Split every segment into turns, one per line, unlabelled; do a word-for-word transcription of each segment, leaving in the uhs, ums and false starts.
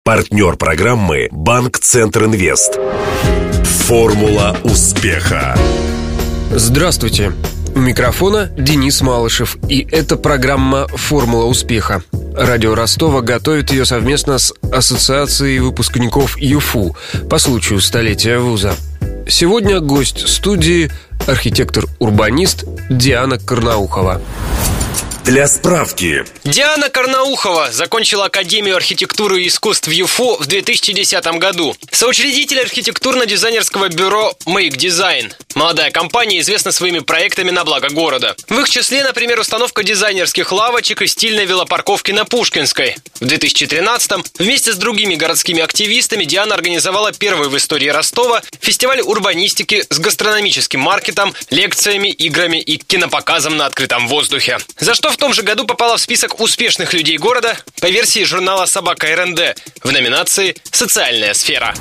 Партнер программы «Банк Центр Инвест». Формула успеха.
Здравствуйте. У микрофона Денис Малышев. И это программа «Формула успеха». Радио Ростова готовит ее совместно с Ассоциацией выпускников ЮФУ по случаю столетия вуза. Сегодня гость студии – архитектор-урбанист Диана Карнаухова.
Для справки.
Диана Карнаухова закончила Академию архитектуры и искусств ЮФУ в две тысячи десятом году. Соучредитель архитектурно-дизайнерского бюро Make Design. Молодая компания известна своими проектами на благо города. В их числе, например, установка дизайнерских лавочек и стильной велопарковки на Пушкинской. В две тысячи тринадцатом вместе с другими городскими активистами Диана организовала первый в истории Ростова фестиваль урбанистики с гастрономическим маркетом, лекциями, играми и кинопоказом на открытом воздухе. За что в том же году попала в список успешных людей города по версии журнала «Собака эр эн дэ» в номинации «Социальная сфера».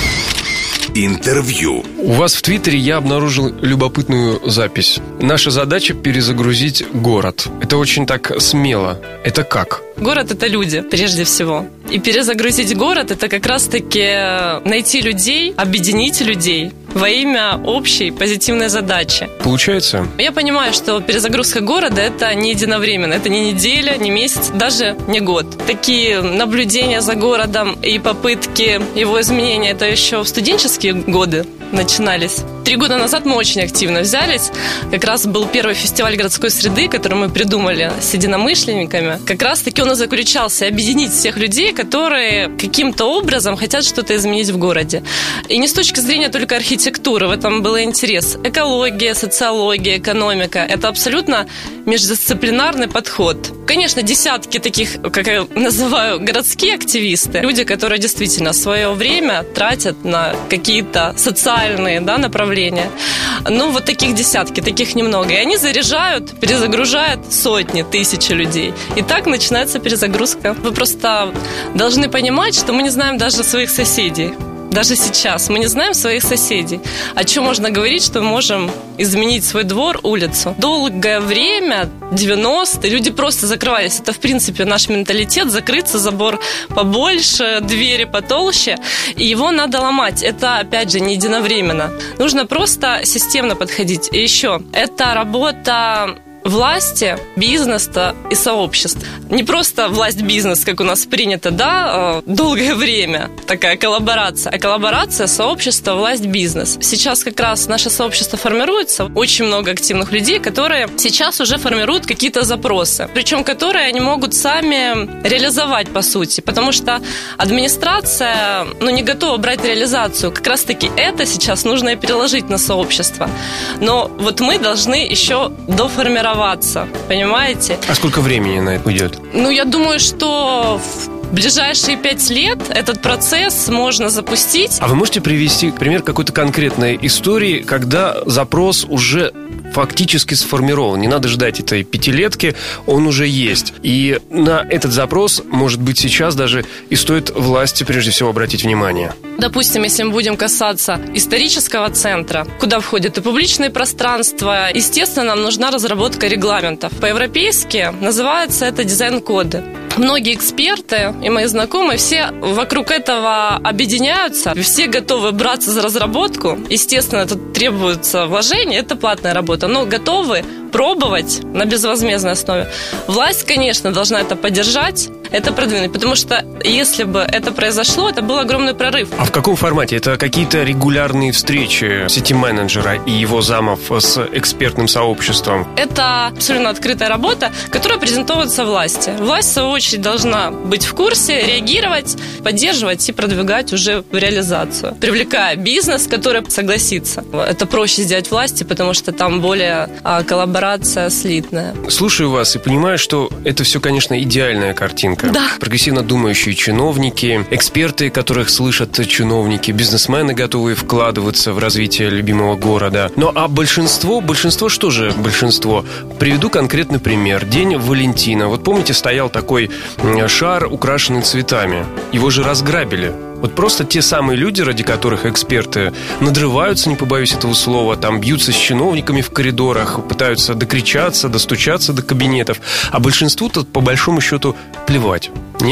Интервью.
У вас в Твиттере я обнаружил любопытную запись. Наша задача – перезагрузить город. Это очень так смело. Это как?
Город – это люди, прежде всего. И перезагрузить город – это как раз-таки найти людей, объединить людей во имя общей позитивной задачи.
Получается?
Я понимаю, что перезагрузка города – это не единовременно. Это не неделя, не месяц, даже не год. Такие наблюдения за городом и попытки его изменения – это еще в студенческие годы начинались. Три года назад мы очень активно взялись. Как раз был первый фестиваль городской среды, который мы придумали с единомышленниками. Как раз таки он и заключался: объединить всех людей, которые каким-то образом хотят что-то изменить в городе. И не с точки зрения только архитектуры, в этом был интерес. Экология, социология, экономика – это абсолютно междисциплинарный подход. Конечно, десятки таких, как я называю, городские активисты, люди, которые действительно свое время тратят на какие-то социальные, да, направления. Ну, вот таких десятки, таких немного. И они заряжают, перезагружают сотни, тысячи людей. И так начинается перезагрузка. Вы просто должны понимать, что мы не знаем даже своих соседей. Даже сейчас мы не знаем своих соседей. О чем можно говорить, что мы можем изменить свой двор, улицу? Долгое время, девяностые, люди просто закрывались. Это, в принципе, наш менталитет: закрыться, забор побольше, двери потолще. И его надо ломать. Это, опять же, не единовременно. Нужно просто системно подходить. И еще, это работа власти, бизнеса и сообществ. Не просто власть-бизнес, как у нас принято, да, долгое время, такая коллаборация, а коллаборация сообщества, власть-бизнес. Сейчас как раз наше сообщество формируется, очень много активных людей, которые сейчас уже формируют какие-то запросы, причем которые они могут сами реализовать, по сути, потому что администрация, ну, не готова брать реализацию. Как раз-таки это сейчас нужно и переложить на сообщество. Но вот мы должны еще доформировать, понимаете?
А сколько времени на это уйдет?
Ну, я думаю, что в ближайшие пять лет этот процесс можно запустить.
А вы можете привести пример какой-то конкретной истории, когда запрос уже фактически сформирован? Не надо ждать этой пятилетки, он уже есть. И на этот запрос, может быть, сейчас даже и стоит власти прежде всего обратить внимание.
Допустим, если мы будем касаться исторического центра, куда входят и публичные пространства, естественно, нам нужна разработка регламентов. По-европейски называется это дизайн-коды. Многие эксперты и мои знакомые все вокруг этого объединяются, все готовы браться за разработку. Естественно, тут требуется вложение, это платная работа, но готовы пробовать на безвозмездной основе. Власть, конечно, должна это поддержать, это продвинуть, потому что если бы это произошло, это был огромный прорыв.
А в каком формате? Это какие-то регулярные встречи сити-менеджера и его замов с экспертным сообществом?
Это абсолютно открытая работа, которая презентуется власти. Власть, в свою очередь, должна быть в курсе, реагировать, поддерживать и продвигать уже в реализацию, привлекая бизнес, который согласится. Это проще сделать власти, потому что там более а, коллаборация слитная.
Слушаю вас и понимаю, что это все, конечно, идеальная картинка.
Да.
Прогрессивно думающие чиновники, эксперты, которых слышат чиновники, бизнесмены, готовые вкладываться в развитие любимого города. Но а большинство, большинство что же большинство? Приведу конкретный пример. День Валентина. Вот помните, стоял такой шар, украшенный цветами. Его же разграбили. Вот просто те самые люди, ради которых эксперты надрываются, не побоюсь этого слова, там бьются с чиновниками в коридорах, пытаются докричаться, достучаться до кабинетов. А большинству тут, по большому счету, плевать. Нет?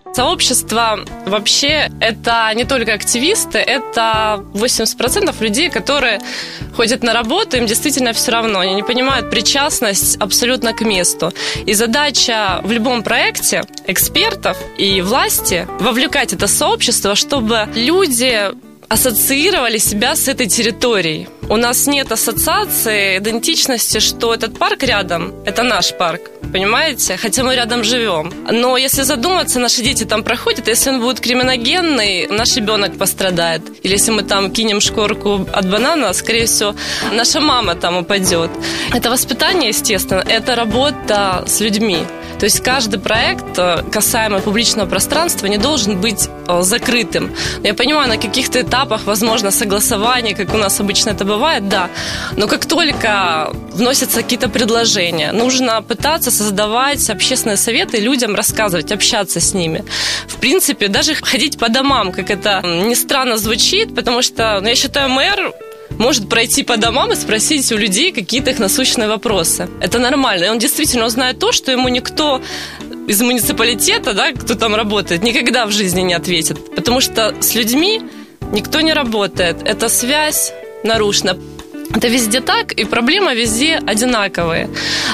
Сообщество вообще это не только активисты, это восемьдесят процентов людей, которые ходят на работу, им действительно все равно, они не понимают причастность абсолютно к месту. И задача в любом проекте экспертов и власти вовлекать это сообщество, чтобы люди ассоциировали себя с этой территорией. У нас нет ассоциации, идентичности, что этот парк рядом, это наш парк, понимаете? Хотя мы рядом живем. Но если задуматься, наши дети там проходят, если он будет криминогенный, наш ребенок пострадает. Или если мы там кинем шкурку от банана, скорее всего, наша мама там упадет. Это воспитание, естественно, это работа с людьми. То есть каждый проект, касаемый публичного пространства, не должен быть закрытым. Я понимаю, на каких-то этапах, возможно, согласование, как у нас обычно это бывает, да. Но как только вносятся какие-то предложения, нужно пытаться создавать общественные советы, людям рассказывать, общаться с ними. В принципе, даже ходить по домам, как это ни странно звучит, потому что, ну, я считаю, мэр может пройти по домам и спросить у людей какие-то их насущные вопросы. Это нормально. И он действительно узнает то, что ему никто из муниципалитета, да, кто там работает, никогда в жизни не ответит. Потому что с людьми никто не работает. Эта связь нарушена. Это везде так, и проблемы везде одинаковые.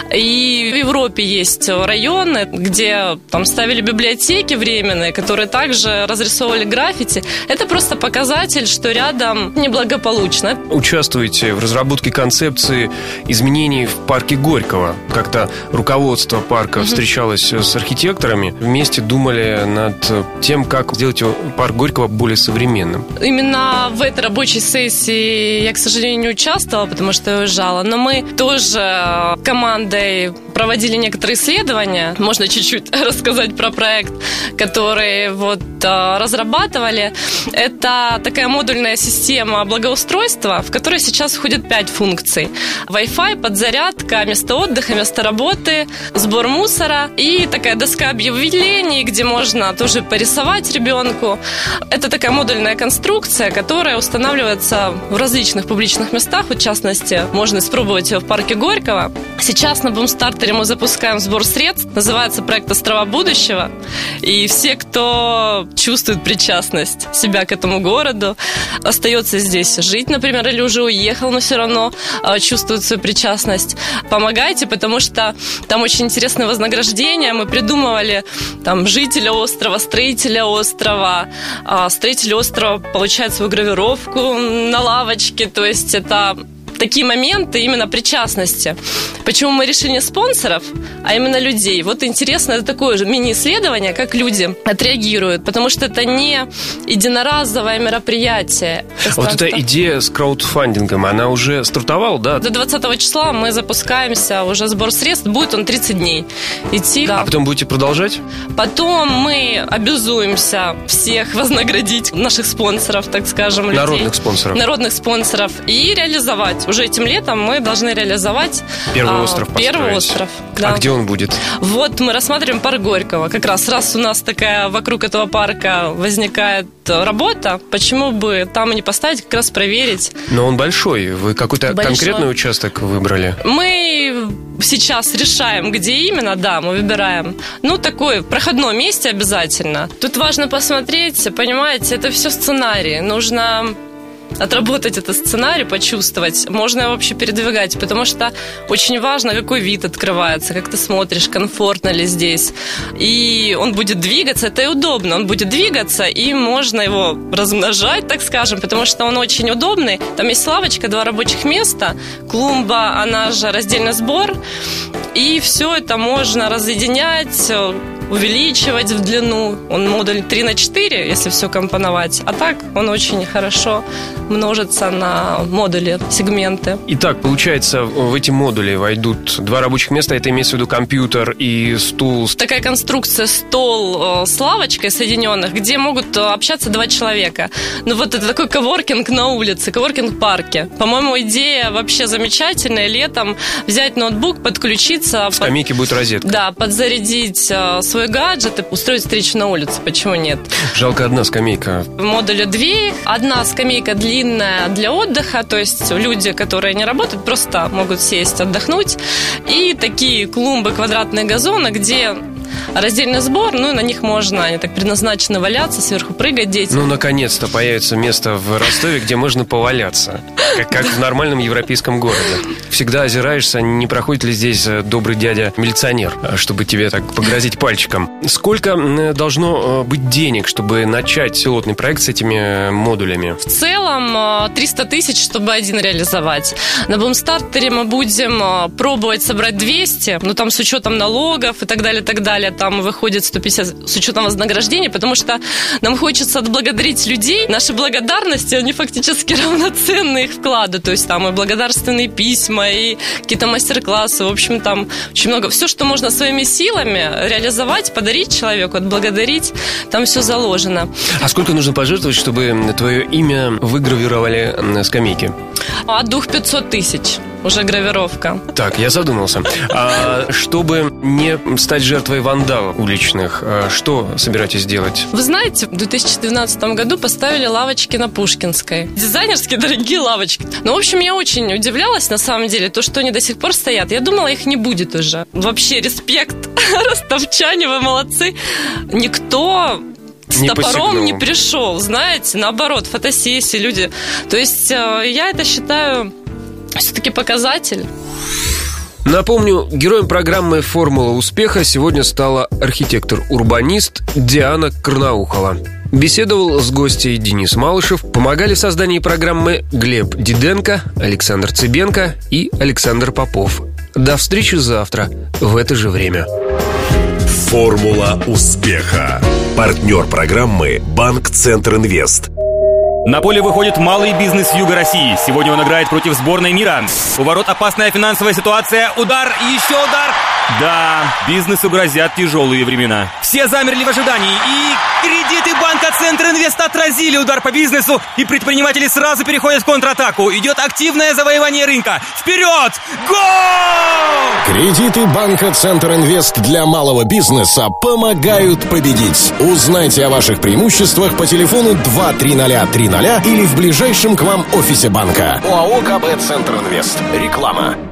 И в Европе есть районы, где там ставили библиотеки временные, которые также разрисовывали граффити. Это просто показатель, что рядом неблагополучно.
Участвуете в разработке концепции изменений в парке Горького. Как-то руководство парка угу. встречалось с архитекторами, вместе думали над тем, как сделать парк Горького более современным.
Именно в этой рабочей сессии я, к сожалению, не участвовала, потому что я уезжала. Но мы тоже командой проводили некоторые исследования. Можно чуть-чуть рассказать про проект, который вот разрабатывали. Это такая модульная система благоустройства, в которой сейчас входит пять функций. Wi-Fi, подзарядка, место отдыха, место работы, сбор мусора и такая доска объявлений, где можно тоже порисовать ребенку. Это такая модульная конструкция, которая устанавливается в различных публичных местах. В частности, можно испробовать ее в парке Горького. Сейчас на Бумстартере мы запускаем сбор средств. Называется проект «Острова будущего». И все, кто чувствует причастность себя к этому городу, остается здесь жить, например, или уже уехал, но все равно чувствует свою причастность, помогайте, потому что там очень интересное вознаграждение. Мы придумывали там жителя острова, строителя острова. Строитель острова получает свою гравировку на лавочке. То есть это такие моменты именно причастности. Почему мы решили не спонсоров, а именно людей? Вот интересно, это такое же мини-исследование, как люди отреагируют, потому что это не единоразовое мероприятие.
Вот эта идея с краудфандингом, она уже стартовала, да?
До двадцатого числа мы запускаемся, уже сбор средств, будет он тридцать дней идти.
А потом будете продолжать?
Потом мы обязуемся всех вознаградить, наших спонсоров, так скажем, людей.
Народных спонсоров.
Народных спонсоров. И реализовать. Уже этим летом мы должны реализовать
Первый
а,
остров построить.
Первый остров, да.
А где он будет?
Вот мы рассматриваем парк Горького. Как раз раз у нас такая вокруг этого парка возникает работа, почему бы там и не поставить, как раз проверить.
Но он большой. Вы какой-то большой. Конкретный участок выбрали?
Мы сейчас решаем, где именно, да, мы выбираем. Ну, такое, в проходном месте обязательно. Тут важно посмотреть, понимаете, это все сценарий. Нужно отработать этот сценарий, почувствовать, можно его вообще передвигать, потому что очень важно, какой вид открывается, как ты смотришь, комфортно ли здесь. И он будет двигаться, это и удобно, он будет двигаться, и можно его размножать, так скажем, потому что он очень удобный. Там есть лавочка, два рабочих места, клумба, она же раздельный сбор, и все это можно разъединять, увеличивать в длину. Он модуль три на четыре, если все компоновать. А так он очень хорошо множится на модули, сегменты.
Итак, получается, в эти модули войдут два рабочих места. Это имеется в виду компьютер и стул.
Такая конструкция, стол с лавочкой соединенных, где могут общаться два человека. Ну вот это такой коворкинг на улице, коворкинг в парке. По-моему, идея вообще замечательная. Летом взять ноутбук, подключиться.
В скамейке под... будет розетка.
Да, подзарядить свой гаджет и устроить встречу на улице. Почему нет?
Жалко, одна скамейка.
В модуле две. Одна скамейка длинная для отдыха, то есть люди, которые не работают, просто могут сесть, отдохнуть. И такие клумбы, квадратные газоны, где раздельный сбор, ну, на них можно, они так предназначены валяться, сверху прыгать дети.
Ну, наконец-то появится место в Ростове, где можно поваляться, как, как в нормальном европейском городе. Всегда озираешься, не проходит ли здесь добрый дядя-милиционер, чтобы тебе так погрозить пальчиком. Сколько должно быть денег, чтобы начать пилотный проект с этими модулями?
В целом триста тысяч, чтобы один реализовать. На бумстартере мы будем пробовать собрать двести, но там с учетом налогов и так далее, так далее, там выходит сто пятьдесят с учетом вознаграждения, потому что нам хочется отблагодарить людей. Наши благодарности, они фактически равноценны их вкладу. То есть там и благодарственные письма, и какие-то мастер-классы. В общем, там очень много. Все, что можно своими силами реализовать, подарить человеку, отблагодарить, там все заложено.
А сколько нужно пожертвовать, чтобы твое имя выгравировали на скамейке?
От двух пятьсот тысяч. Уже гравировка.
Так, я задумался. А чтобы не стать жертвой вандалов уличных, что собираетесь делать?
Вы знаете, в две тысячи двенадцатом году поставили лавочки на Пушкинской. Дизайнерские дорогие лавочки. Ну, в общем, я очень удивлялась, на самом деле, то, что они до сих пор стоят. Я думала, их не будет уже. Вообще, респект, ростовчане, вы молодцы. Никто... С не топором посягнул. Не пришел, знаете, наоборот, фотосессии, люди. То есть я это считаю все-таки показатель.
Напомню, героем программы «Формула успеха» сегодня стала архитектор-урбанист Диана Карнаухова. Беседовал с гостьей Денис Малышев. Помогали в создании программы Глеб Диденко, Александр Цыбенко и Александр Попов. До встречи завтра в это же время.
«Формула успеха». Партнер программы «Банк Центр Инвест».
На поле выходит малый бизнес Юга России. Сегодня он играет против сборной мира. У ворот опасная финансовая ситуация. Удар и еще удар. Да, бизнесу грозят тяжелые времена. Все замерли в ожидании. И кредиты банка Центр Инвест отразили удар по бизнесу. И предприниматели сразу переходят в контратаку. Идет активное завоевание рынка. Вперед! Гол!
Кредиты банка Центр Инвест для малого бизнеса помогают победить. Узнайте о ваших преимуществах по телефону два три ноль три ноль или в ближайшем к вам офисе банка. ОАО КБ Центр Инвест. Реклама.